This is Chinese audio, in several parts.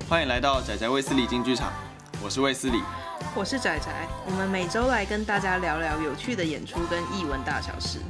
欢迎来到宅宅卫斯理进剧场，我是卫斯理， 我是宅宅，我们每周来跟大家聊聊有趣的演出跟艺文大小事。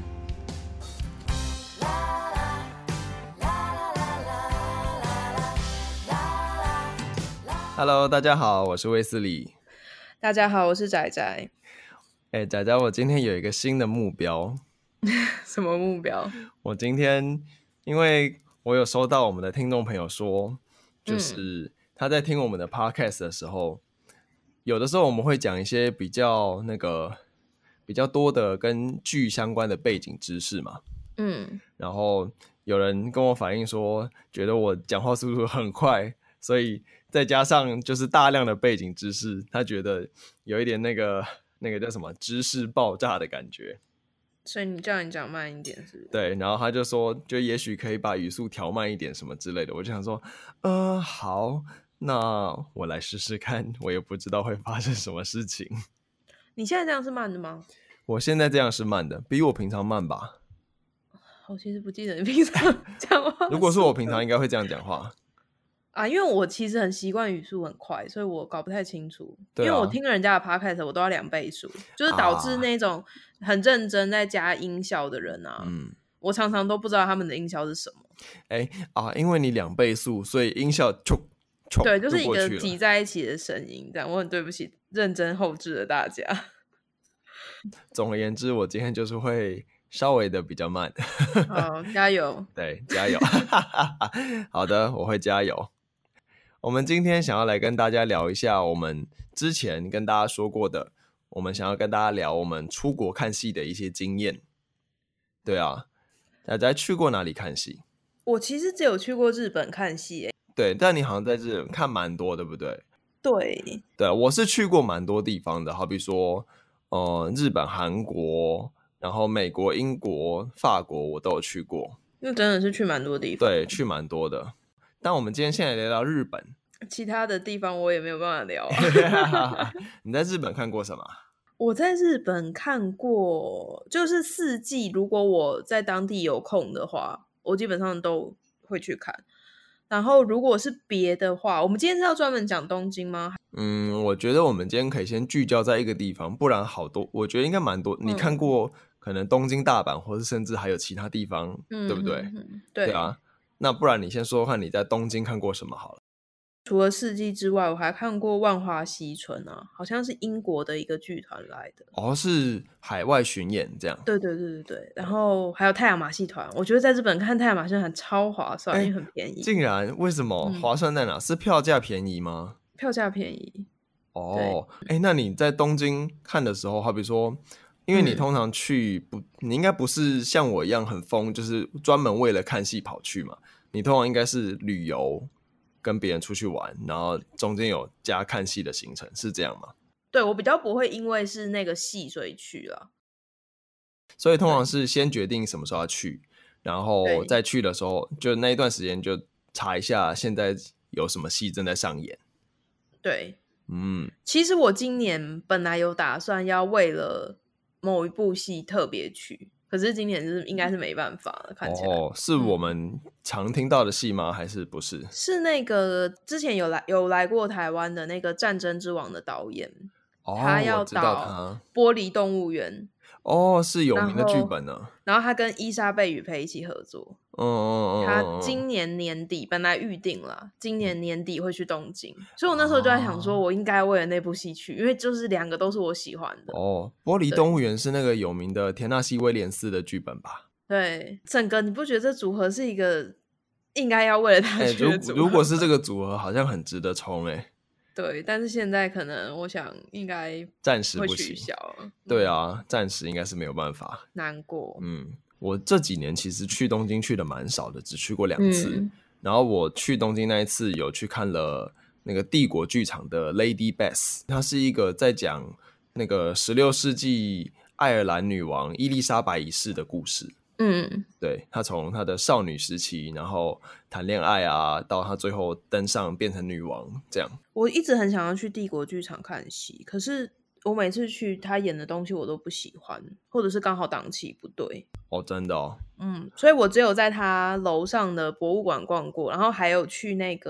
Hello， 大家好，我是卫斯理。 大家好，我是宅宅。 宅宅，我今天有一个新的目标。 什么目标？ 我今天因为我有收到我们的听众朋友说，就是他在听我们的 podcast 的时候，有的时候我们会讲一些比较多的跟剧相关的背景知识嘛。然后有人跟我反映说，觉得我讲话速度很快，所以再加上就是大量的背景知识，他觉得有一点那个叫什么知识爆炸的感觉。 所以你叫你讲慢一点是不是？ 对，然后他就说就也许可以把语速调慢一点什么之类的。我就想说好，那我来试试看，我也不知道会发生什么事情。 你现在这样是慢的吗？ 我现在这样是慢的，比我平常慢吧。 我其实不记得你平常讲话如果是我平常应该会这样讲话啊，因为我其实很习惯语速很快，所以我搞不太清楚。 对啊， 因为我听人家的 podcast 我都要2倍速，就是导致那种很认真在加音效的人啊，我常常都不知道他们的音效是什么。 因为你2倍速，所以音效对，就是一个挤在一起的声音，这样我很对不起认真后制的大家。 总而言之，我今天就是会稍微的比较慢。 好，加油。 对，加油。好的，我会加油。我们今天想要来跟大家聊一下我们之前跟大家说过的，我们想要跟大家聊我们出国看戏的一些经验。对啊，大家去过哪里看戏？ 我其实只有去过日本看戏。 对，但你好像在日本看蛮多，对不对？ 对， 我是去过蛮多地方的，好比说日本、韩国，然后美国、英国、法国我都有去过。 那真的是去蛮多地方。 对，去蛮多的。但我们今天现在聊聊日本， 其他的地方我也没有办法聊啊。你在日本看过什么？ 我在日本看过就是4季，如果我在当地有空的话，我基本上都会去看。然后如果是别的话，我们今天是要专门讲东京吗？ 我觉得我们今天可以先聚焦在一个地方，不然好多，我觉得应该蛮多。你看过可能东京、大阪，或是甚至还有其他地方，对不对？对啊。那不然你先说说看你在东京看过什么好了。 除了4季之外，我还看过万花嬉春啊，好像是英国的一个剧团来的。 是海外巡演这样。 对。然后还有太阳马戏团，我觉得在日本看太阳马戏团超划算，因为很便宜。 竟然？为什么？划算在哪？是票价便宜吗？ 票价便宜。 那你在东京看的时候，好比说因为你通常去你应该不是像我一样很疯，就是专门为了看戏跑去嘛。你通常应该是旅游，跟别人出去玩，然后中间有加看戏的行程，是这样吗？ 对，我比较不会因为是那个戏所以去啦。 所以通常是先决定什么时候要去，然后再去的时候，就那一段时间就查一下现在有什么戏正在上演。 对，其实我今年本来有打算要为了某一部戏特别去，可是今年应该是没办法了，看起来。 是我们常听到的戏吗？还是不是？ 是那个之前有来过台湾的那个《战争之王》的导演，他要导《玻璃动物园》。 是有名的剧本呢。 然后他跟伊莎贝雨培一起合作。他今年年底本来预定了，今年年底会去东京，所以我那时候就在想说，我应该为了那部戏去，因为就是2个都是我喜欢的。 玻璃动物园是那个有名的田纳西·威廉斯的剧本吧？ 对，整个你不觉得这组合是一个应该要为了他去的组合？ 如果是这个组合，好像很值得冲对，但是现在可能我想应该暂时不行。对啊，暂时应该是没有办法。 难过。 我这几年其实去东京去的蛮少的，只去过2次。然后我去东京那一次有去看了那个帝国剧场的 Lady Bess， 它是一个在讲那个16世纪爱尔兰女王伊丽莎白一世的故事。对，她从她的少女时期，然后谈恋爱啊，到她最后登上变成女王这样。 我一直很想要去帝国剧场看戏，可是我每次去他演的东西我都不喜欢，或者是刚好档期不对。 真的所以我只有在他楼上的博物馆逛过，然后还有去那个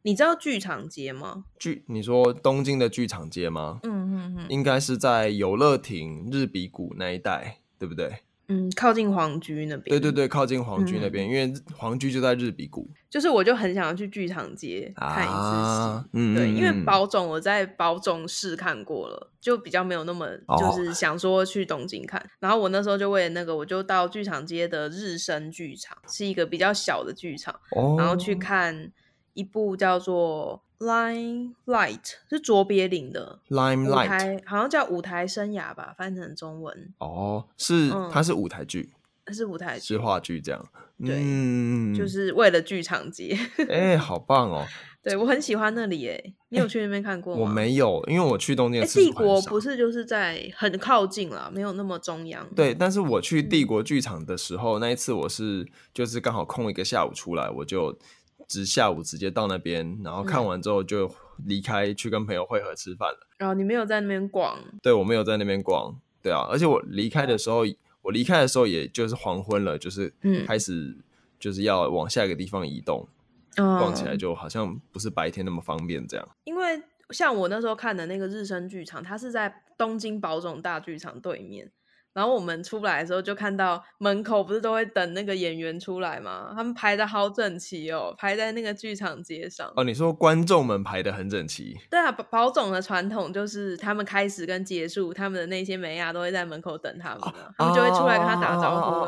你知道剧场街吗？ 你说东京的剧场街吗？应该是在有乐町日比谷那一带，对不对？ 靠近皇居那边。 对对对，靠近皇居那边，因为皇居就在日比谷。 就是我就很想要去剧场街看一次戏，对，因为宝冢我在宝冢市看过了，就比较没有那么就是想说去东京看。然后我那时候就为了那个，我就到剧场街的日升剧场，是一个比较小的剧场，然后去看一部叫做 Limelight， 是卓别林的 Limelight， 好像叫舞台生涯吧，翻成中文。 它是舞台剧， 是舞台剧， 是话剧这样。 对，就是为了剧场街。 好棒哦！ 对，我很喜欢那里耶。你有去那边看过吗？ 我没有，因为我去东京的次数帝国不是就是在很靠近啦，没有那么中央。 对，但是我去帝国剧场的时候，那一次我是就是刚好空一个下午出来，我就下午直接到那边，然后看完之后就离开，去跟朋友会合吃饭了。 然后你没有在那边逛？ 对，我没有在那边逛。对啊，而且我离开的时候也就是黄昏了，就是开始就是要往下一个地方移动，逛起来就好像不是白天那么方便这样。 因为像我那时候看的那个日升剧场，它是在东京宝冢大剧场对面。然后我们出来的时候就看到门口不是都会等那个演员出来吗？他们排的好整齐哦，排在那个剧场街上。 你说观众们排的很整齐？ 对啊，宝冢的传统就是他们开始跟结束，他们的那些美亚都会在门口等他们他们就会出来跟他打招呼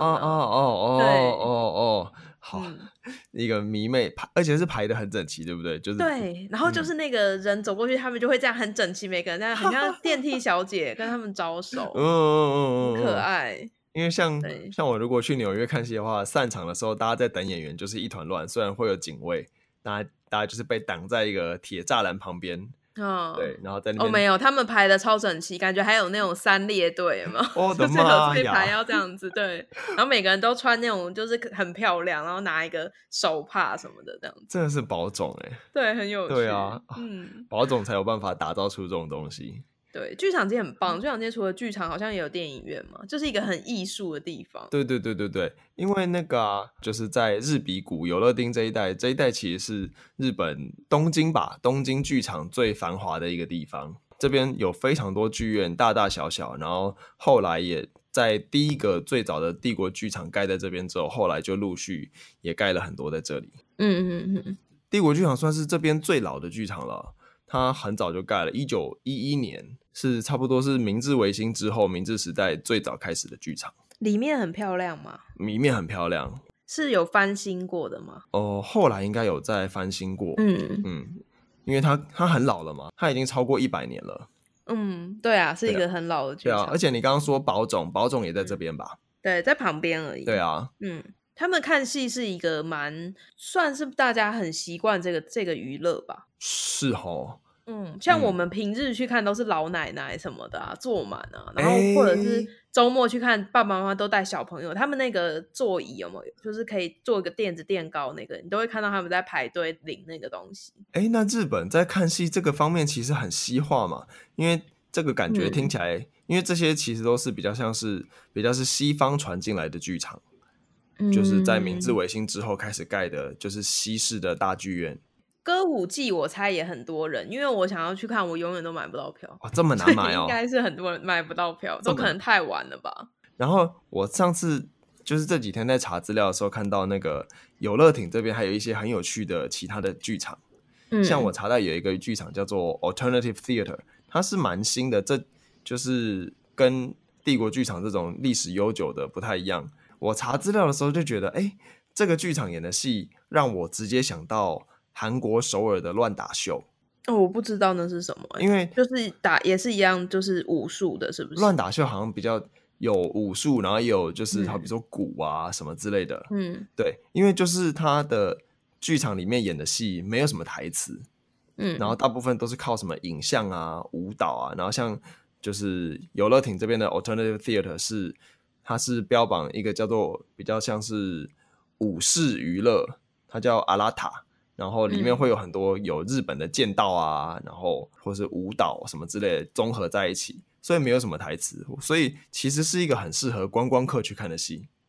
了。好，一个迷妹而且是排的很整齐，对不对？就是对，然后就是那个人走过去，他们就会这样很整齐，每个人这样很像电梯小姐跟他们招手，很可爱。 因为像我如果去纽约看戏的话，散场的时候大家在等演员就是一团乱，虽然会有警卫，大家就是被挡在一个铁栅栏旁边。对，然后在那边没有，他们排的超整齐，感觉还有那种3列队嘛， 我的妈呀， 就是排要这样子，对，然后每个人都穿那种就是很漂亮，然后拿一个手帕什么的这样子， 真的是宝冢对，很有趣， 对啊，宝冢才有办法打造出这种东西。 对，剧场街很棒。剧场街除了剧场，好像也有电影院嘛，就是一个很艺术的地方。 对，因为那个就是在日比谷有乐町这一带其实是日本东京剧场最繁华的一个地方。这边有非常多剧院，大大小小，然后后来也在第一个最早的帝国剧场盖在这边之后，后来就陆续也盖了很多在这里。帝国剧场算是这边最老的剧场了。它很早就盖了，1911年是差不多是明治维新之后，明治时代最早开始的剧场。 里面很漂亮吗？ 里面很漂亮。 是有翻新过的吗？ 后来应该有再翻新过。因为它很老了嘛，它已经超过100年了。 对啊，是一个很老的剧场。 对啊，而且你刚刚说宝冢也在这边吧？ 对，在旁边而已。 对啊， 他们看戏是一个算是大家很习惯这个娱乐吧。 是齁。 像我们平日去看都是老奶奶什么的啊，坐满啊，然后或者是周末去看，爸爸妈妈都带小朋友，他们那个座椅有没有就是可以做一个垫子垫高那个，你都会看到他们在排队领那个东西。 那日本在看戏这个方面其实很西化嘛，因为这个感觉听起来，因为这些其实都是比较是西方传进来的剧场，就是在明治维新之后开始盖的，就是西式的大剧院。 歌舞伎我猜也很多人，因为我想要去看，我永远都买不到票。 这么难买应该是很多人买不到票，都可能太晚了吧。 然后我上次就是这几天在查资料的时候，看到那个有乐町这边还有一些很有趣的其他的剧场。像我查到有一个剧场叫做 Alternative Theater， 它是蛮新的，这就是跟帝国剧场这种历史悠久的不太一样。我查资料的时候就觉得，这个剧场演的戏让我直接想到韩国首尔的乱打秀。 我不知道那是什么， 因为就是也是一样，就是武术的，是不是？ 乱打秀好像比较有武术，然后也有就是好比说鼓啊什么之类的。对，因为就是他的剧场里面演的戏没有什么台词，然后大部分都是靠什么影像啊、舞蹈啊，然后像就是有乐町这边的 Alternative Theater 它是标榜一个叫做比较像是武士娱乐，它叫阿拉塔。然后里面会有很多有日本的剑道啊，然后或是舞蹈什么之类的综合在一起，所以没有什么台词，所以其实是一个很适合观光客去看的戏。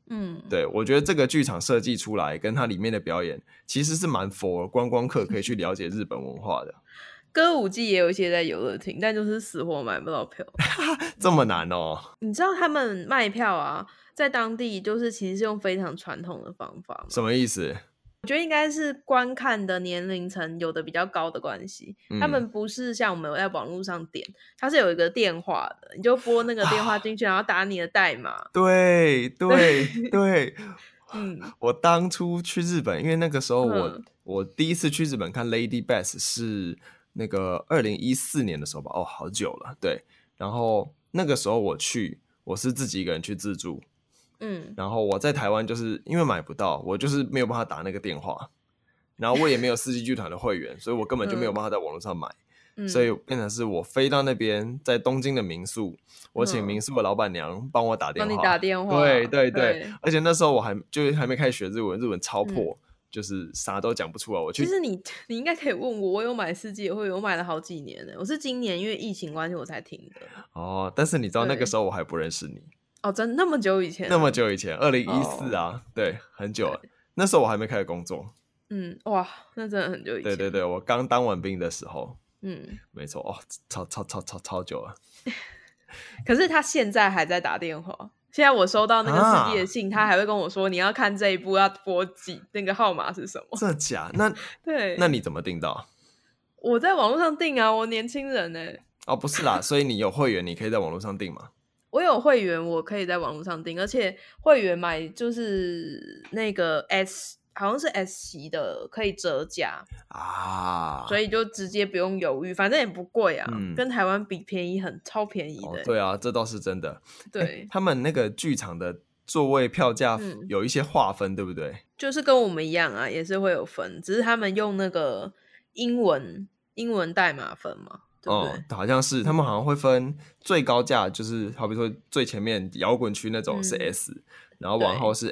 对，我觉得这个剧场设计出来跟它里面的表演其实是蛮 for 观光客可以去了解日本文化的。 歌舞伎也有一些在游乐厅，但就是死活买不到票。 这么难哦？ 你知道他们卖票啊，在当地就是其实是用非常传统的方法吗？ 什么意思？ 我觉得应该是观看的年龄层有的比较高的关系，他们不是像我们在网络上点，它是有一个电话的，你就拨那个电话进去，然后打你的代码。 对对对，我当初去日本，因为那个时候我第一次去日本看 Lady Bass 是那个2014年的时候吧，好久了，对。然后那个时候我是自己一个人去自助，然后我在台湾就是因为买不到，我就是没有办法打那个电话，然后我也没有四季剧团的会员，所以我根本就没有办法在网络上买。所以变成是我飞到那边，在东京的民宿，我请民宿的老板娘帮我打电话， 帮你打电话， 对，而且那时候我还没开始学日文，日文超破，就是啥都讲不出来。其实你应该可以问我有买四季的会员，我买了好几年了，我是今年因为疫情关系我才停的。 但是你知道那个时候我还不认识你真的那么久以前？ 那么久以前，2014啊，对，很久了。那时候我还没开始工作。 哇，那真的很久以前。 对，我刚当完兵的时候。没错超久了。 可是他现在还在打电话。现在我收到那个四季的信，他还会跟我说你要看这一部要拨几那个号码是什么。 这假？ 对， 那你怎么订到？ 我在网络上订啊，我年轻人不是啦，所以你有会员，你可以在网络上订吗？ 我有会员，我可以在网络上订，而且会员买就是那个 好像是 S 席的可以折价所以就直接不用犹豫，反正也不贵啊，跟台湾比便宜超便宜的。 对啊，这倒是真的。 对， 他们那个剧场的座位票价有一些划分，对不对？ 就是跟我们一样啊，也是会有分，只是他们用那个英文代码分嘛，对不对？ 好像是他们好像会分最高价，就是好比说最前面摇滚区那种是 S，然后往后是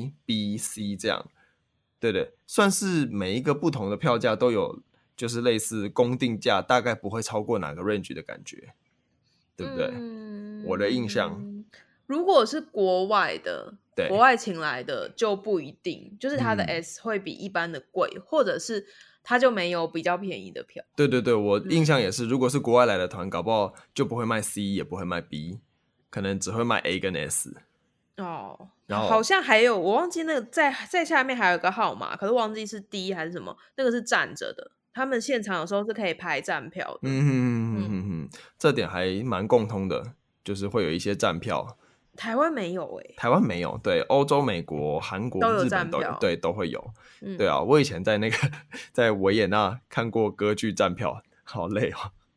A、B、C 这样。对，算是每一个不同的票价都有，就是类似公定价，大概不会超过哪个 range 的感觉，对不对？我的印象， 如果是国外的，国外请来的就不一定，就是它的 S 会比一般的贵，或者是它就没有比较便宜的票。对， 我印象也是，如果是国外来的团，搞不好就不会卖 C， 也不会卖 B， 可能只会卖 A 跟 S。然后好像还有我忘记那个在下面还有一个号码，可是忘记是 D 还是什么，那个是站着的，他们现场有时候是可以排站票的。 这点还蛮共通的，就是会有一些站票。 台湾没有台湾没有，对，欧洲、美国、韩国、日本都有，对，都会有。对啊，我以前在那个在维也纳看过歌剧站票，好累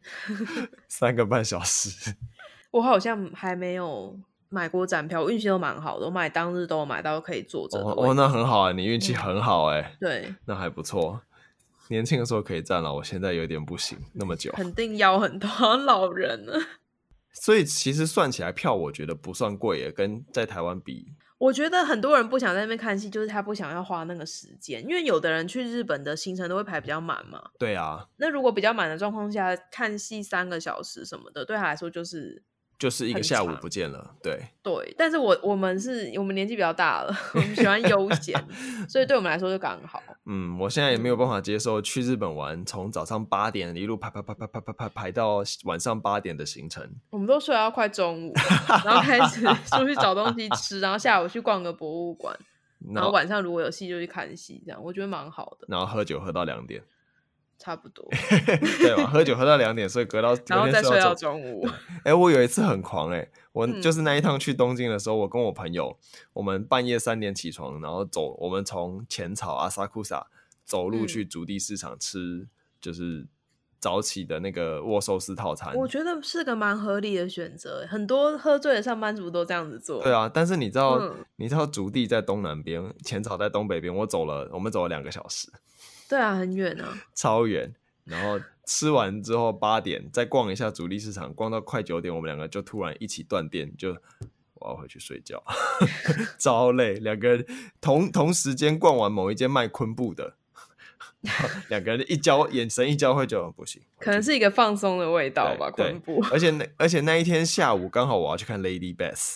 3个半小时。 我好像还没有买过站票，我运气都蛮好的，我买当日都有买到可以坐着的那很好你运气很好对， 那还不错。年轻的时候可以站了，我现在有点不行，那么久肯定腰很痛，好像老人了。 所以其实算起来票我觉得不算贵跟在台湾比。 我觉得很多人不想在那边看戏，就是他不想要花那个时间，因为有的人去日本的行程都会排比较满嘛。 对啊， 那如果比较满的状况下看戏3个小时什么的，对他来说就是一个下午不见了。对， 但是我们年纪比较大了，我们喜欢悠闲所以对我们来说就刚好。 我现在也没有办法接受去日本玩，从早上8点一路排到晚上8点的行程。 我们都睡到快中午然后开始出去找东西吃，然后下午去逛个博物馆，然后晚上如果有戏就去看戏，这样我觉得蛮好的。 然后喝酒喝到2点， 差不多对吧？喝酒喝到2点，所以然后再睡到中午。 我有一次很狂我就是那一趟去东京的时候，我跟我朋友，我们半夜3点起床，然后我们从浅草阿萨库萨走路去筑地市场吃，就是早起的那个握寿司套餐。 我觉得是个蛮合理的选择，很多喝醉的上班族都这样子做。 对啊，但是你知道筑地在东南边，浅草在东北边，我们走了2个小时。对啊，很远啊， 超远。然后吃完之后8点再逛一下筑地市场，逛到快9点，我们2个就突然一起断电，就我要回去睡觉，超累。2个人同时间逛完某一间卖昆布的，2个人眼神一交汇就不行， 可能是一个放松的味道吧，昆布。 而且那一天下午刚好我要去看 Lady Bass。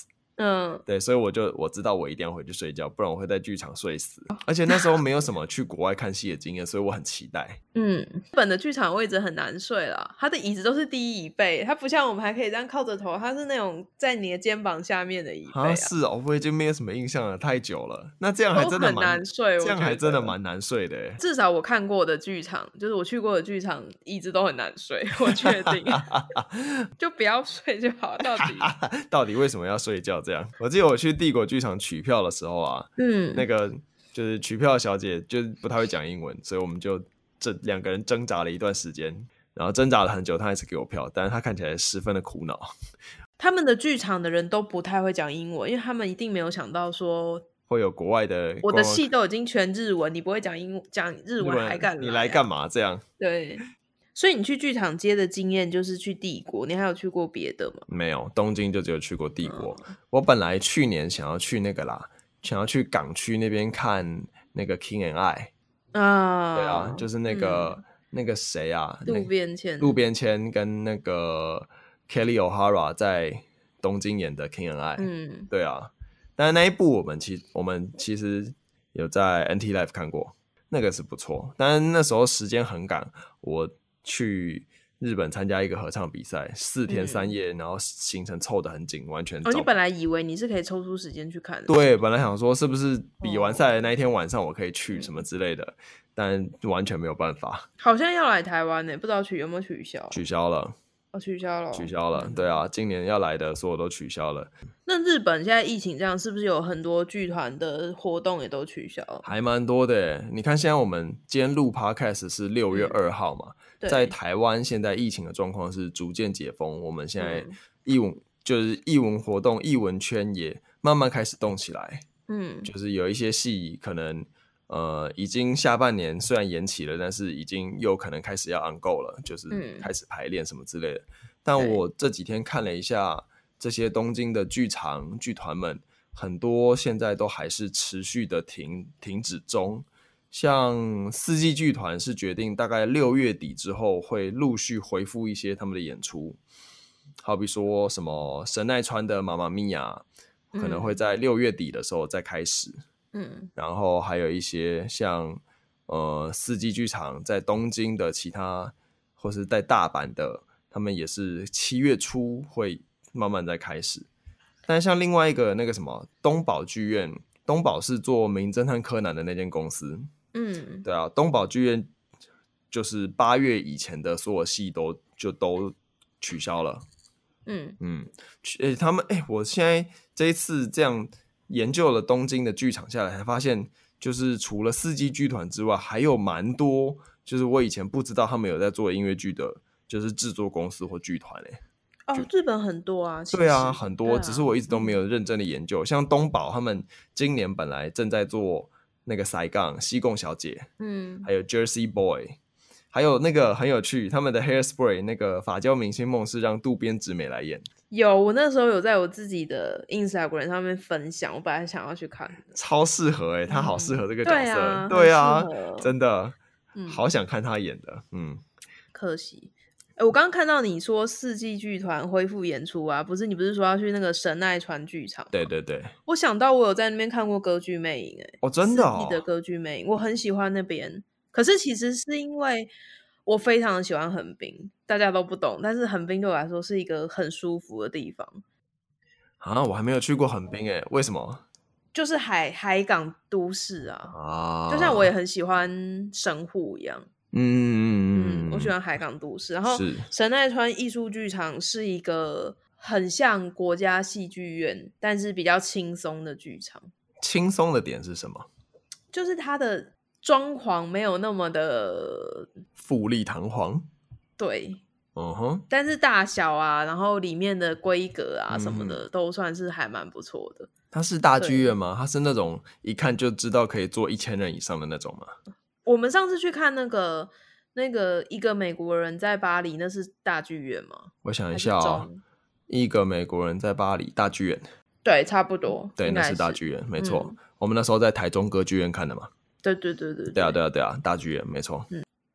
对，所以我知道我一定要回去睡觉，不然我会在剧场睡死。而且那时候没有什么去国外看戏的经验，所以我很期待。 日本的剧场位置很难睡啦，它的椅子都是低椅背，它不像我们还可以这样靠着头，它是那种在你的肩膀下面的椅背啊。 是哦，我已经没有什么印象了，太久了。那这样还真的很难睡， 这样还真的蛮难睡的耶。 至少我看过的剧场，就是我去过的剧场，椅子都很难睡，我确定。就不要睡就好， 到底为什么要睡觉？这样，我记得我去帝国剧场取票的时候啊，那个就是取票小姐就不太会讲英文，所以我们就两个人挣扎了一段时间，然后挣扎了很久，她还是给我票，但是她看起来十分的苦恼。 他们的剧场的人都不太会讲英文，因为他们一定没有想到说会有国外的， 我的戏都已经全日文，你不会讲日文还敢来你来干嘛？这样对。所以你去剧场街的经验就是去帝国，你还有去过别的吗？ 没有，东京就只有去过帝国。我本来去年想要去那个啦，想要去港区那边看那个 King and I 啊，对啊，就是那个谁啊，渡边谦跟那个 Kelly O'Hara 在东京演的 King and I，对啊，但是那一部我们其实有在 NT Live 看过，那个是不错，但是那时候时间很赶，我去日本参加一个合唱比赛，4天3夜，然后行程凑得很紧，完全你本来以为你是可以抽出时间去看的， 对，本来想说是不是比完赛的那一天晚上我可以去什么之类的，但完全没有办法。 好像要来台湾不知道有没有取消？ 取消了。 取消了， 对啊，今年要来的所有都取消了。 那日本现在疫情这样，是不是有很多剧团的活动也都取消了？ 还蛮多的耶。你看现在我们今天录 podcast 是6月2号嘛，在台湾现在疫情的状况是逐渐解封，我们现在艺文活动、艺文圈也慢慢开始动起来。就是有一些戏可能已经下半年虽然延期了，但是已经又可能开始要 on go 了，就是开始排练什么之类的。但我这几天看了一下这些东京的剧场剧团们，很多现在都还是持续的停止中。像四季剧团是决定大概6月底之后会陆续恢复一些他们的演出，好比说什么神奈川的妈妈咪呀可能会在6月底的时候再开始。然后还有一些像四季剧场在东京的其他或是在大阪的，他们也是7月初会慢慢再开始。但像另外一个那个什么东宝剧院，东宝是做名侦探柯南的那间公司，对啊，东宝剧院就是8月以前的所有戏都取消了。他们我现在这一次这样研究了东京的剧场下来，才发现就是除了四季剧团之外，还有蛮多就是我以前不知道他们有在做音乐剧的，就是制作公司或剧团日本很多啊， 对啊，很多，只是我一直都没有认真的研究。像东宝他们今年本来正在做那个西贡小姐，还有 Jersey Boy， 还有那个很有趣，他们的 Hairspray 那个发胶明星梦是让渡边直美来演。 有，我那时候有在我自己的 Instagram 上面分享，我本来想要去看的， 超适合他好适合这个角色， 对啊， 真的，好想看他演的， 可惜。我刚刚看到你说四季剧团恢复演出啊，你不是说要去那个神奈川剧场？ 对对对， 我想到我有在那边看过歌剧魅影， 真的四季的歌剧魅影，我很喜欢那边。可是其实是因为我非常的喜欢横滨，大家都不懂，但是横滨对我来说是一个很舒服的地方啊！我还没有去过横滨为什么？ 就是海港都市啊，就像我也很喜欢神户一样。我喜欢海港都市，然后神奈川艺术剧场是一个很像国家戏剧院，但是比较轻松的剧场。 轻松的点是什么？ 就是它的装潢没有那么的富丽堂皇， 对，但是大小啊，然后里面的规格啊什么的，都算是还蛮不错的。 它是大剧院吗？它是那种一看就知道可以坐1000人以上的那种吗？ 我们上次去看那个一个美国人在巴黎，那是大剧院吗？ 我想一下一个美国人在巴黎大剧院， 对，差不多， 对，那是大剧院，没错。我们那时候在台中歌剧院看的嘛。 对， 对啊，大剧院没错。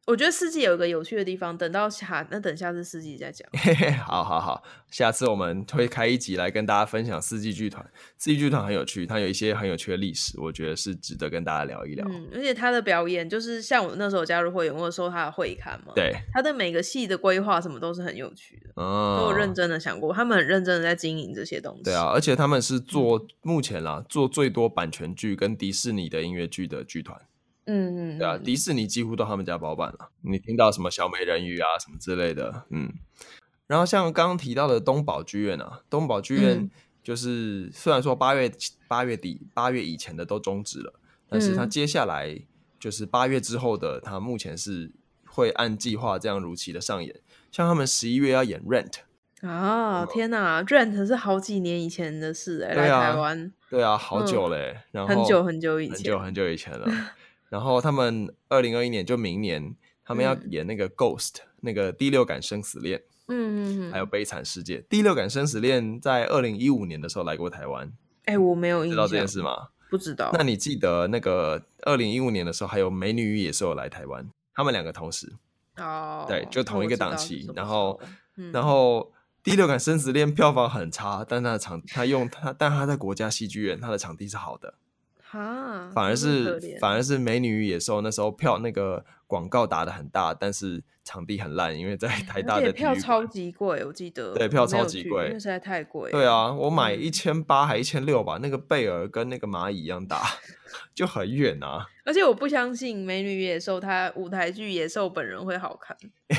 我觉得四季有一个有趣的地方，等下次四季再讲。 好好好，下次我们会开一集来跟大家分享四季剧团。四季剧团很有趣，它有一些很有趣的历史，我觉得是值得跟大家聊一聊。 而且他的表演就是像我那时候加入会员，我有收他的会刊嘛， 对， 他的每个戏的规划什么都是很有趣的，都有认真的想过，他们很认真的在经营这些东西。 对啊，而且他们是目前啦做最多版权剧跟迪士尼的音乐剧的剧团。对啊，迪士尼几乎都他们家包办了。你听到什么小美人鱼啊什么之类的，然后像刚刚提到的东宝剧院啊，东宝剧院就是虽然说8月以前的都终止了，但是它接下来就是8月之后的，它目前是会按计划这样如期的上演。像他们11月要演 Rent 啊，天哪 Rent 是好几年以前的事来台湾。 对啊，好久嘞，然后很久以前， 很久以前了。然后他们2021年就明年，他们要演那个 Ghost，那个第六感生死恋，还有悲惨世界。第六感生死恋在2015年的时候来过台湾。 我没有印象， 知道这件事吗？ 不知道。 那你记得那个2015年的时候，还有美女与野兽来台湾，他们两个同时。对，就同一个档期。然后第六感生死恋票房很差，但他在国家戏剧院，他的场地是好的。反而是美女与野兽那时候票那个广告打得很大，但是场地很烂，因为在台大的体育馆， 票超级贵，我记得。 对，票超级贵， 因为实在太贵。 对啊，我买1800还1600吧，那个贝尔跟那个蚂蚁一样大，就很远啊。 而且我不相信美女与野兽它舞台剧野兽本人会好看。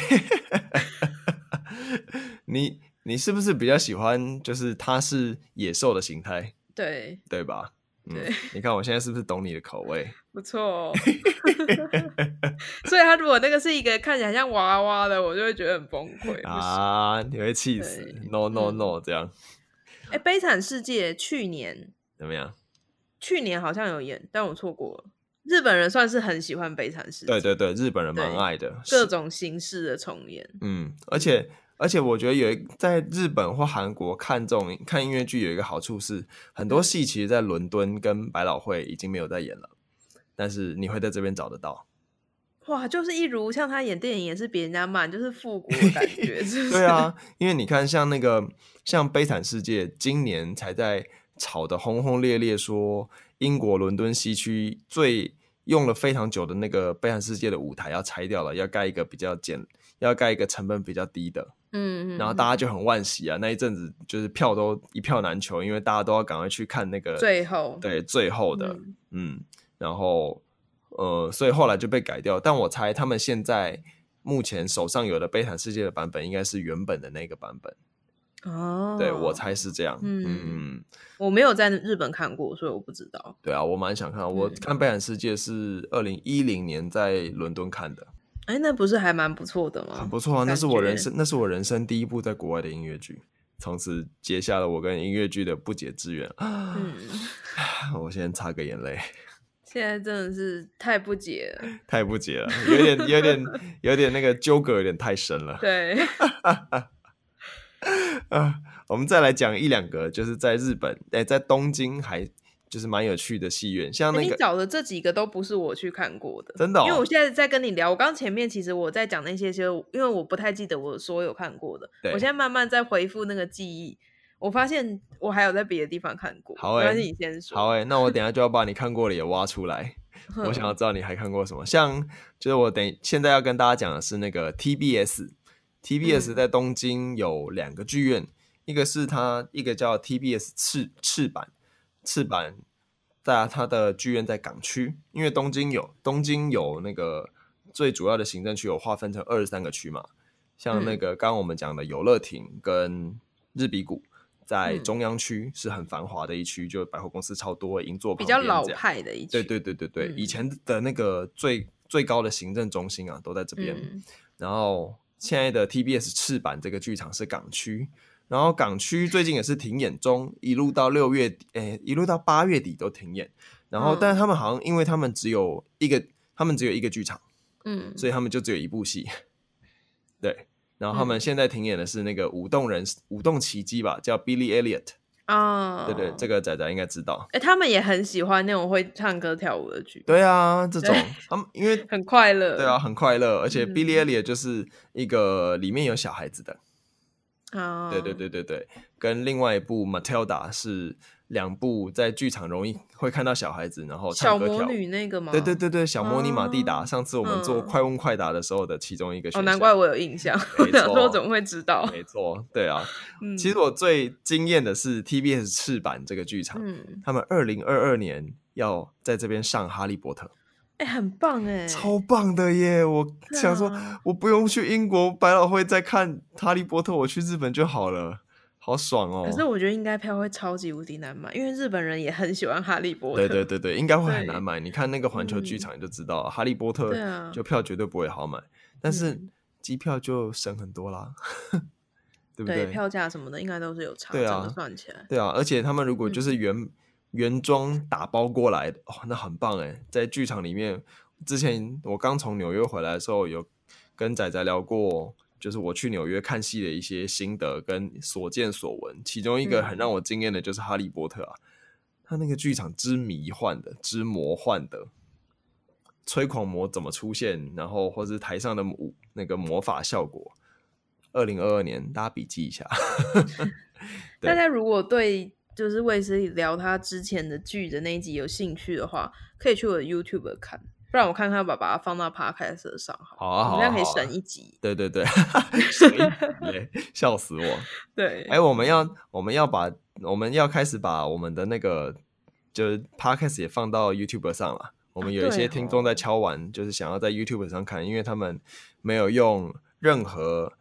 你是不是比较喜欢就是它是野兽的形态？对吧？ 对， 你看我现在是不是懂你的口味？ 不错哦。所以他如果那个是一个看起来像娃娃的，我就会觉得很崩溃啊！你会气死 ！No， 这样。 悲惨世界去年怎么样？ 去年好像有演，但我错过了。日本人算是很喜欢悲惨世界， 对，日本人蛮爱的， 各种形式的重演。 而且我觉得在日本或韩国看音乐剧有一个好处是，很多戏其实在伦敦跟百老汇已经没有在演了，但是你会在这边找得到。 哇，就是一如像他演电影也是比人家慢，就是复古的感觉。是不是？ 对啊，因为你看像悲惨世界今年才在吵得轰轰烈烈，说英国伦敦西区用了非常久的那个悲惨世界的舞台要拆掉了，要盖一个成本比较低的。然后大家就很惋惜啊，那一阵子就是票都一票难求，因为大家都要赶快去看那个最后的。然后所以后来就被改掉，但我猜他们现在目前手上有的悲惨世界的版本应该是原本的那个版本。对，我猜是这样。 我没有在日本看过，所以我不知道。 对啊，我蛮想看。我看悲惨世界是2010年在伦敦看的。 那不是还蛮不错的吗？ 很不错啊，那是我人生第一部在国外的音乐剧，从此结下了我跟音乐剧的不解之缘。我先擦个眼泪。 现在真的是太不解了， 太不解了，有点那个纠葛有点太深了。 对。 我们再来讲一两个，就是在日本，在东京还就是蛮有趣的戏院，像那个你找的这几个都不是我去看过的， 真的。 因为我现在在跟你聊，我刚前面其实我在讲那些，因为我不太记得我所有看过的，我现在慢慢在回复那个记忆，我发现我还有在别的地方看过。 好没关系，你先说。 好那我等一下就要把你看过的也挖出来。我想要知道你还看过什么，像就是我现在要跟大家讲的是那个 TBS 在东京有2个剧院，一个叫 TBS 赤坂，在它的剧院在港区，因为东京有那个最主要的行政区有划分成23个区嘛，像那个刚刚我们讲的有乐町跟日比谷在中央区是很繁华的一区，就百货公司超多，银座旁边比较老派的一区。 对，以前的那个最高的行政中心啊都在这边。然后现在的 TBS 赤坂这个剧场是港区，然后港区最近也是停演中，一路到8月底都停演。然后但是他们好像因为他们只有一个剧场，所以他们就只有一部戏。对，然后他们现在停演的是那个舞动奇迹吧，叫 Billy Elliot。 啊， 对对，这个仔仔应该知道。 他们也很喜欢那种会唱歌跳舞的剧。 对啊，这种他们因为很快乐。 对啊，很快乐，而且 Billy Elliot 就是一个里面有小孩子的。对对对对对，跟另外一部 Matilda 是2部在剧场容易会看到小孩子，然后唱歌跳舞。 小魔女那个吗？ 对对对对，小魔女马蒂达，上次我们做快问快答的时候的其中一个选项。 难怪我有印象。我想说怎么会知道？ 没错，对啊。其实我最惊艳的是 TBS 赤坂这个剧场，他们2022年要在这边上哈利波特。 很棒超棒的耶！我想说，我不用去英国百老汇再看哈利波特，我去日本就好了，好爽哦。 可是我觉得应该票会超级无敌难买，因为日本人也很喜欢哈利波特。 对对对对，应该会很难买。你看那个环球剧场你就知道，哈利波特就票绝对不会好买，但是机票就省很多啦。对不对？ 票价什么的应该都是有差，整个算起来。 对啊，而且他们如果就是原装打包过来的，那很棒耶。在剧场里面，之前我刚从纽约回来的时候，有跟仔仔聊过，就是我去纽约看戏的一些心得跟所见所闻。其中一个很让我惊艳的就是哈利波特啊，他那个剧场之迷幻的，之魔幻的，催狂魔怎么出现，然后或是台上的那个魔法效果。2022年大家笔记一下。 大家如果对就是卫斯理聊他之前的剧的那一集有兴趣的话，可以去我的 YouTube 看，不然我看看把它放到 Podcast 上好啊，我们这样可以省一集。 对对对，省一集，笑死我。 对， 我们要开始把我们的那个就是 Podcast 也放到 YouTube 上了。我们有一些听众在敲完，就是想要在 YouTube 上看，因为他们没有用任何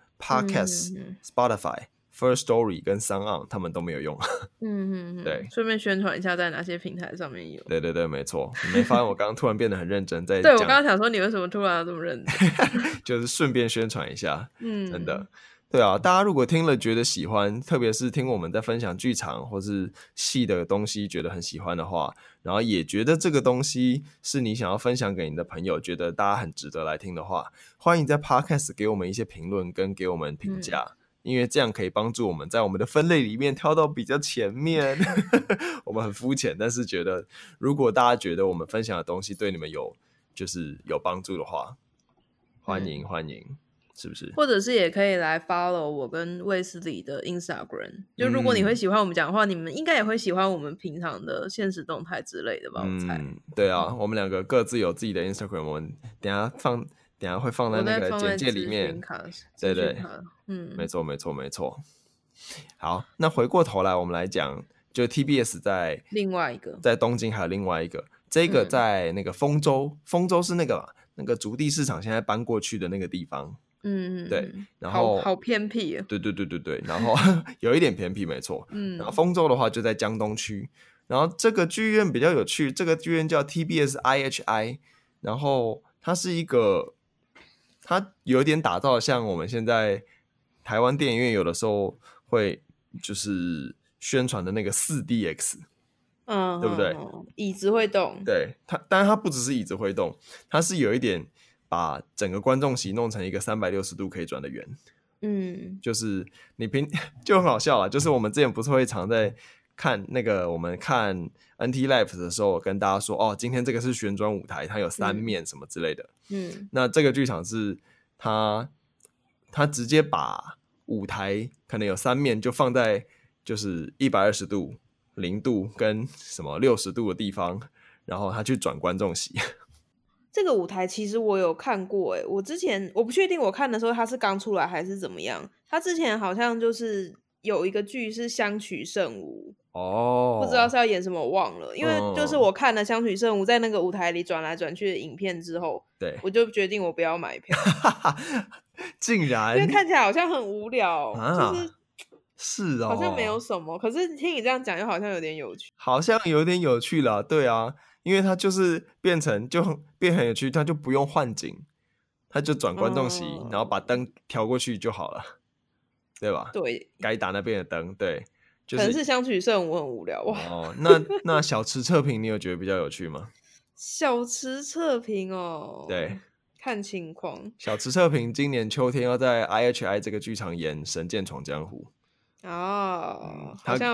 Podcast、Spotify、First Story 跟 SoundOn 他们都没有用。对， 顺便宣传一下在哪些平台上面有。 对对对，没错。你没发现我刚刚突然变得很认真在对，我刚刚想说你为什么突然这么认真。 就是顺便宣传一下。真的。对啊，大家如果听了觉得喜欢，特别是听我们在分享剧场或是戏的东西觉得很喜欢的话，然后也觉得这个东西是你想要分享给你的朋友，觉得大家很值得来听的话，欢迎在 Podcast 给我们一些评论跟给我们评价。因为这样可以帮助我们在我们的分类里面挑到比较前面。我们很肤浅，但是觉得如果大家觉得我们分享的东西对你们有帮助的话，欢迎欢迎，是不是？ 或者是也可以来 follow 我跟卫斯理的 Instagram， 就如果你会喜欢我们讲的话，你们应该也会喜欢我们平常的现实动态之类的吧，我猜。 对啊，我们两个各自有自己的 Instagram， 我们等一下会放在那个简介里面。对对，没错没错没错。好，那回过头来我们来讲，就 TBS 在另外一个， 在东京还有另外一个，这个在那个丰州是那个竹地市场现在搬过去的那个地方。对，然后好偏僻。 对对对对对，然后有一点偏僻没错。然后丰州的话就在江东区，然后这个剧院比较有趣，这个剧院叫 TBS IHI， 然后它是一个，它有点打造像我们现在台湾电影院有的时候会就是宣传的那个 4DX， 对不对？ 椅子会动。对， 但它不只是椅子会动，它是有一点把整个观众席弄成一个360度可以转的圆。就是你就很好笑啦，就是我们之前不是会常在看那个我们看 NT Live 的时候跟大家说，今天这个是旋转舞台，它有3面什么之类的。那这个剧场是它直接把舞台可能有3面就放在就是120度、0度跟什么60度的地方，然后它去转观众席。 这个舞台其实我有看过我之前我不确定我看的时候它是刚出来还是怎么样，它之前好像就是有一个剧是相取圣舞。不知道是要演什么我忘了，因为就是我看了相取圣舞在那个舞台里转来转去的影片之后，对，我就决定我不要买票。 竟然， 因为看起来好像很无聊， 是好像没有什么，可是听你这样讲又好像有点有趣， 好像有点有趣啦。对啊，因为它就是变很有趣，它就不用换景，它就转观众席，然后把灯调过去就好了，对吧？ 对， 该打那边的灯，对。可能是相取圣舞很无聊哇。 那小池测评你有觉得比较有趣吗？ 小池测评对， 看情况。 小池测评今年秋天要在 IHI 这个剧场演《神剑闯江湖》 好像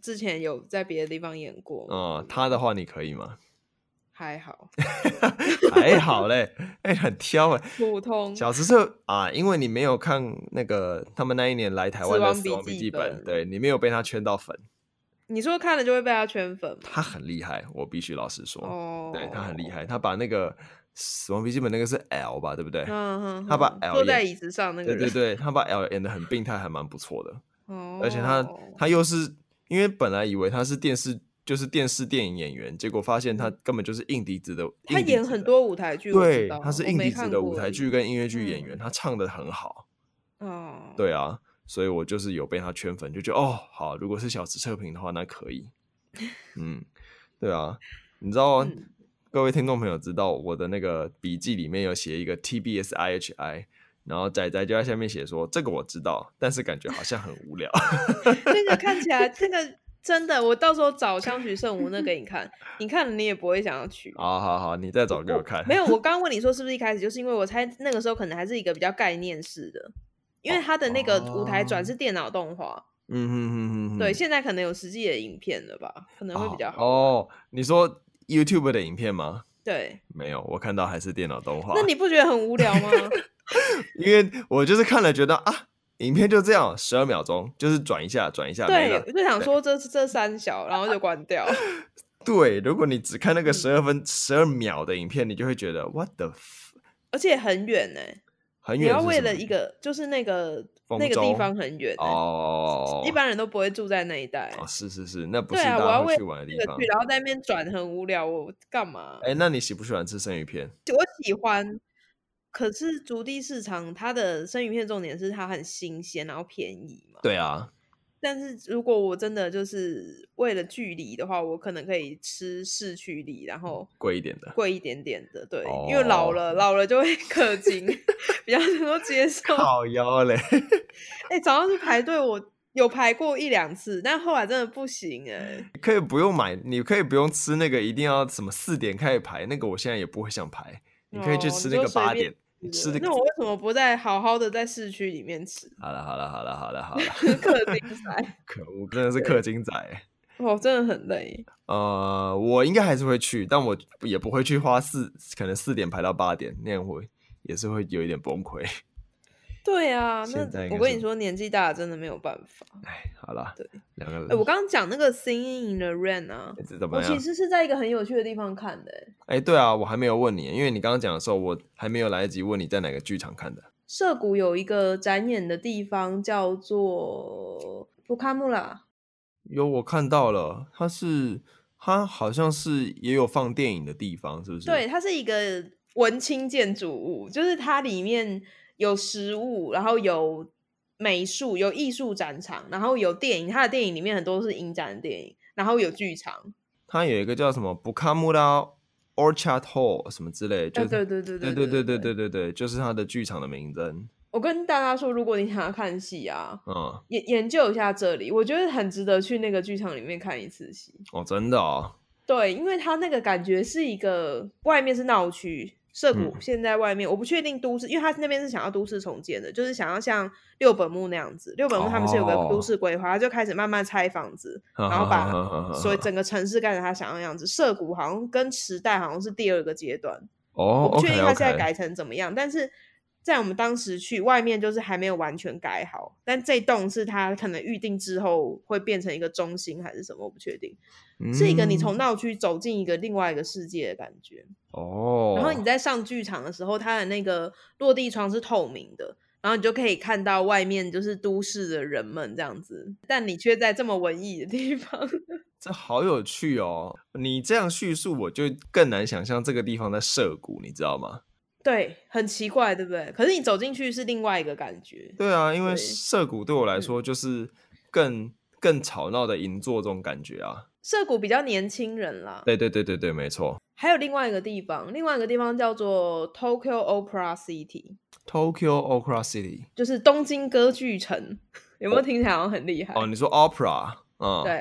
之前有在别的地方演过。 他的话你可以吗？ 还好。 还好嘞，很挑哎。 普通。 小池彻啊，因为你没有看那个他们那一年来台湾的《死亡笔记本》，对，你没有被他圈到粉。 你说看了就会被他圈粉吗？ 他很厉害，我必须老实说。对，他很厉害，他把那个死亡笔记本那个是 L 吧，对不对？他把 L 坐在椅子上那个人， 对对对，他把 L 演得很病态，还蛮不错的。而且他又是因为本来以为他是电视电影演员，结果发现他根本就是硬底子的。 他演很多舞台剧， 对，他是硬底子的舞台剧跟音乐剧演员，他唱得很好。对啊，所以我就是有被他圈粉，就觉得好，如果是小池彻平的话，那可以。对啊，你知道各位听众朋友知道我的那个笔记里面有写一个 TBSIHI， 然后仔仔就在下面写说这个我知道，但是感觉好像很无聊。 那个看起来这个真的，我到时候找香取慎吾那给你看，你看了你也不会想要去。 好，你再找给我看。 没有，我刚刚问你说是不是一开始，就是因为我猜那个时候可能还是一个比较概念式的，因为他的那个舞台转是电脑动画。对，现在可能有实际的影片了吧，可能会比较好。 你说 YouTube 的影片吗？ 对， 没有，我看到还是电脑动画。 那你不觉得很无聊吗？ 因为我就是看了觉得影片就这样12秒钟，就是转一下对，我就想说这三小，然后就关掉。 对，如果你只看那个12秒的影片，你就会觉得 what the fuck， 而且很远很远。 你要为了一个就是那个地方很远一般人都不会住在那一带。 是，那不是大家会去玩的地方。 然后在那边转很无聊，我干嘛？ 那你喜不喜欢吃生鱼片？ 我喜欢，可是竹地市场它的生鱼片重点是它很新鲜，然后便宜嘛。 对啊。 但是如果我真的就是为了距离的话，我可能可以吃市区里，然后贵一点点的，对，因为老了就会氪金，比较能够接受。 靠腰嘞。 早上去排队，我有排过1-2次，但后来真的不行你可以不用买，你可以不用吃那个一定要什么4点开始排，那个我现在也不会想排。你可以去吃那个8点。 那我为什么不再好好的在市区里面吃？ 好了。 氪金仔。 可恶，真的是氪金仔。 真的很累。 我应该还是会去，但我也不会去花可能4点排到8点，那样我也是会有一点崩溃。 对啊，那我跟你说，年纪大了真的没有办法。 好啦，对，2个人。 我刚刚讲那个 Singing in the Rain 我其实是在一个很有趣的地方看的。 对啊，我还没有问你，因为你刚刚讲的时候，我还没有来得及问你在哪个剧场看的。 涩谷有一个展演的地方叫做布卡穆拉。 有，我看到了，它好像是也有放电影的地方，是不是？ 对，它是一个文青建筑物，就是它里面有食物，然后有美术，有艺术展场，然后有电影，它的电影里面很多是影展的电影，然后有剧场。 它有一个叫什么布卡穆拉 Orchard Hall 什么之类的，对，就是它的剧场的名称。 我跟大家说，如果你想要看戏研究一下这里，我觉得很值得去那个剧场里面看一次戏。 真的哦。 对，因为它那个感觉是一个外面是闹区。涩谷现在外面我不确定都市，因为他那边是想要都市重建的，就是想要像六本木那样子。六本木他们是有个都市规划，他就开始慢慢拆房子，然后把所以整个城市盖成他想要的样子。涩谷好像跟池袋好像是第2个阶段，我不确定他现在改成怎么样，但是在我们当时去，外面就是还没有完全改好，但这栋是他可能预定之后会变成一个中心还是什么，我不确定。是一个你从闹区走进一个另外一个世界的感觉。然后你在上剧场的时候，它的那个落地窗是透明的，然后你就可以看到外面就是都市的人们这样子，但你却在这么文艺的地方。 这好有趣哦！你这样叙述，我就更难想象这个地方在涩谷，你知道吗？ 对，很奇怪，对不对？可是你走进去是另外一个感觉。 对啊，因为涩谷对我来说就是更吵闹的银座这种感觉啊。 涩谷比较年轻人啦。 对，没错。 还有另外一个地方叫做 Tokyo Opera City。Tokyo Opera City 就是东京歌剧城。有没有听起来好像很厉害？ 你说 Opera。 对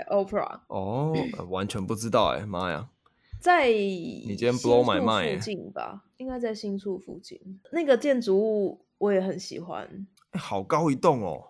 Opera。 完全不知道妈呀！ 在你今天 blow my mind 附近吧，应该在新宿附近。那个建筑物我也很喜欢。 好高一栋哦。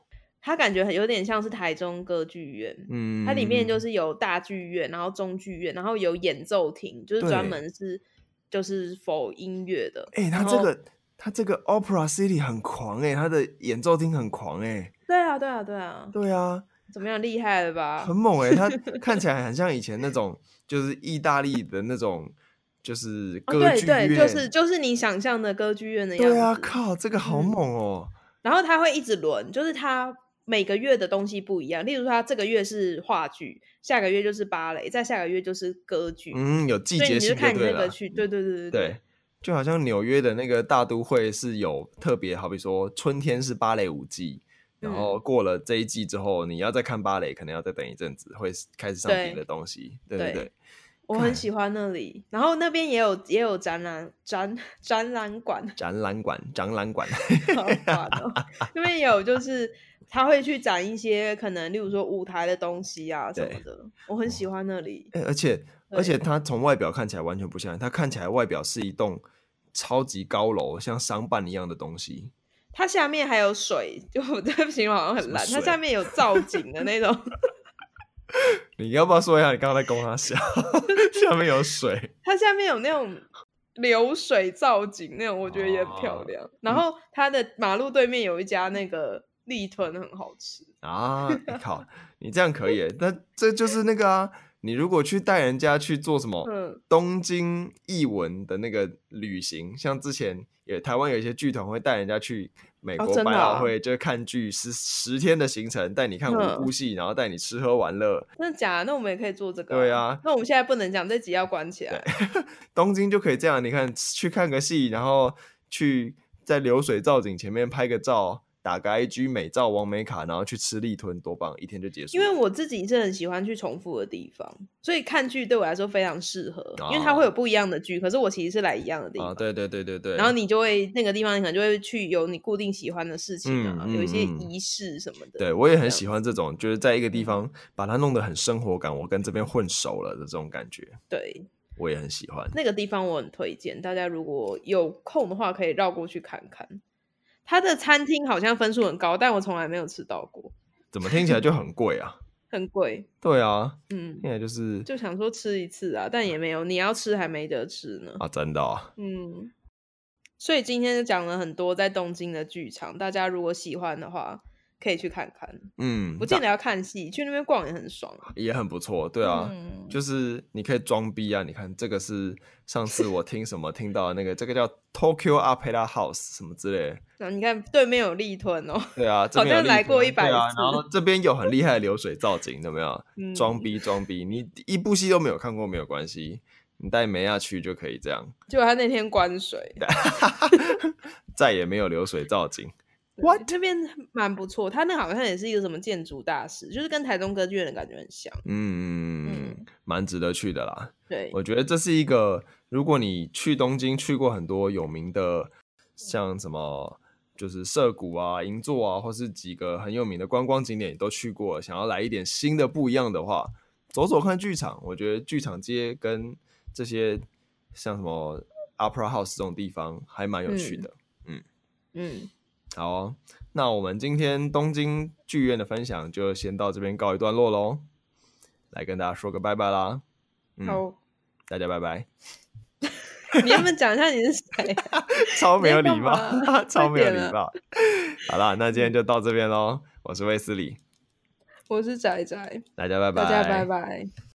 它感觉有点像是台中歌剧院，它里面就是有大剧院，然后中剧院，然后有演奏厅，就是专门是就是否音乐的。 他这个 Opera City 很狂他的演奏厅很狂对啊， 对啊， 怎么样，厉害了吧？ 很猛他看起来很像以前那种就是意大利的那种就是歌剧院， 对，就是你想象的歌剧院的样子。 对啊，靠，这个好猛哦。 然后他会一直轮，就是他每个月的东西不一样，例如说他这个月是话剧，下个月就是芭蕾，再下个月就是歌剧， 有季节性， 所以你就看你那个去， 对， 就好像纽约的那个大都会是有特别，好比说春天是芭蕾舞季，然后过了这一季之后，你要再看芭蕾，可能要再等一阵子，会开始上别的东西，对。 我很喜欢那里，然后那边也有展览馆，好烦哦。那边也有就是他会去展一些可能例如说舞台的东西啊什么的，我很喜欢那里。 而且它从外表看起来完全不像，它看起来外表是一栋超级高楼，像商办一样的东西。 它下面还有水，就我这个形容好像很烂，它下面有造景的那种。 你要不要说一下你刚刚在供他笑？下面有水， 它下面有那种流水造景那种，我觉得也很漂亮。然后它的马路对面有一家那个立吞很好吃啊！靠，你这样可以，但这就是那个啊。你如果去带人家去做什么东京艺文的那个旅行，像之前台湾有一些剧团会带人家去美国百老汇，就看剧10天的行程，带你看5部戏，然后带你吃喝玩乐。 真的假的？那我们也可以做这个。 对啊， 那我们现在不能讲，这集要关起来。 东京就可以这样，你看去看个戏，然后去在流水造景前面拍个照，打个 IG 美照完美卡，然后去吃立吞，多棒，一天就结束。 因为我自己是很喜欢去重复的地方，所以看剧对我来说非常适合，因为它会有不一样的剧，可是我其实是来一样的地方。 对。 然后你就会那个地方，你可能就会去有你固定喜欢的事情啊，有一些仪式什么的。 对，我也很喜欢这种，就是在一个地方把它弄得很生活感，我跟这边混熟了的这种感觉。 对， 我也很喜欢那个地方，我很推荐大家如果有空的话，可以绕过去看看。他的餐厅好像分数很高，但我从来没有吃到过。 怎么听起来就很贵啊？ 很贵。 对啊，听起来就想说吃一次啊，但也没有，你要吃还没得吃呢。 啊，真的啊。 所以今天就讲了很多在东京的剧场，大家如果喜欢的话，可以去看看。不见得要看戏，去那边逛也很爽， 也很不错。对啊，就是你可以装逼啊。你看这个是上次我听到的那个，这个叫 Tokyo Opera House 什么之类的。 你看对面有立吞哦。 对啊， 好像来过100次。 然后这边有很厉害的流水造景，有没有？装逼，你一部戏都没有看过没有关系，你带梅亚去就可以这样。 结果他那天关水， 再也没有流水造景。 这边蛮不错，他那好像也是一个什么建筑大师，就是跟台中歌剧院的感觉很像。 蛮值得去的啦。 对， 我觉得这是一个，如果你去东京去过很多有名的，像什么就是涩谷啊、银座啊，或是几个很有名的观光景点你都去过，想要来一点新的不一样的话，走走看剧场。我觉得剧场街跟这些像什么 Opera House 这种地方还蛮有趣的。好哦，那我们今天东京剧院的分享就先到这边告一段落咯，来跟大家说个拜拜啦。 好， 大家拜拜。 你要不要讲一下你是谁？ 超没有礼貌，超没有礼貌。好啦，那今天就到这边咯。我是卫斯理， 我是仔仔， 大家拜拜， 大家拜拜。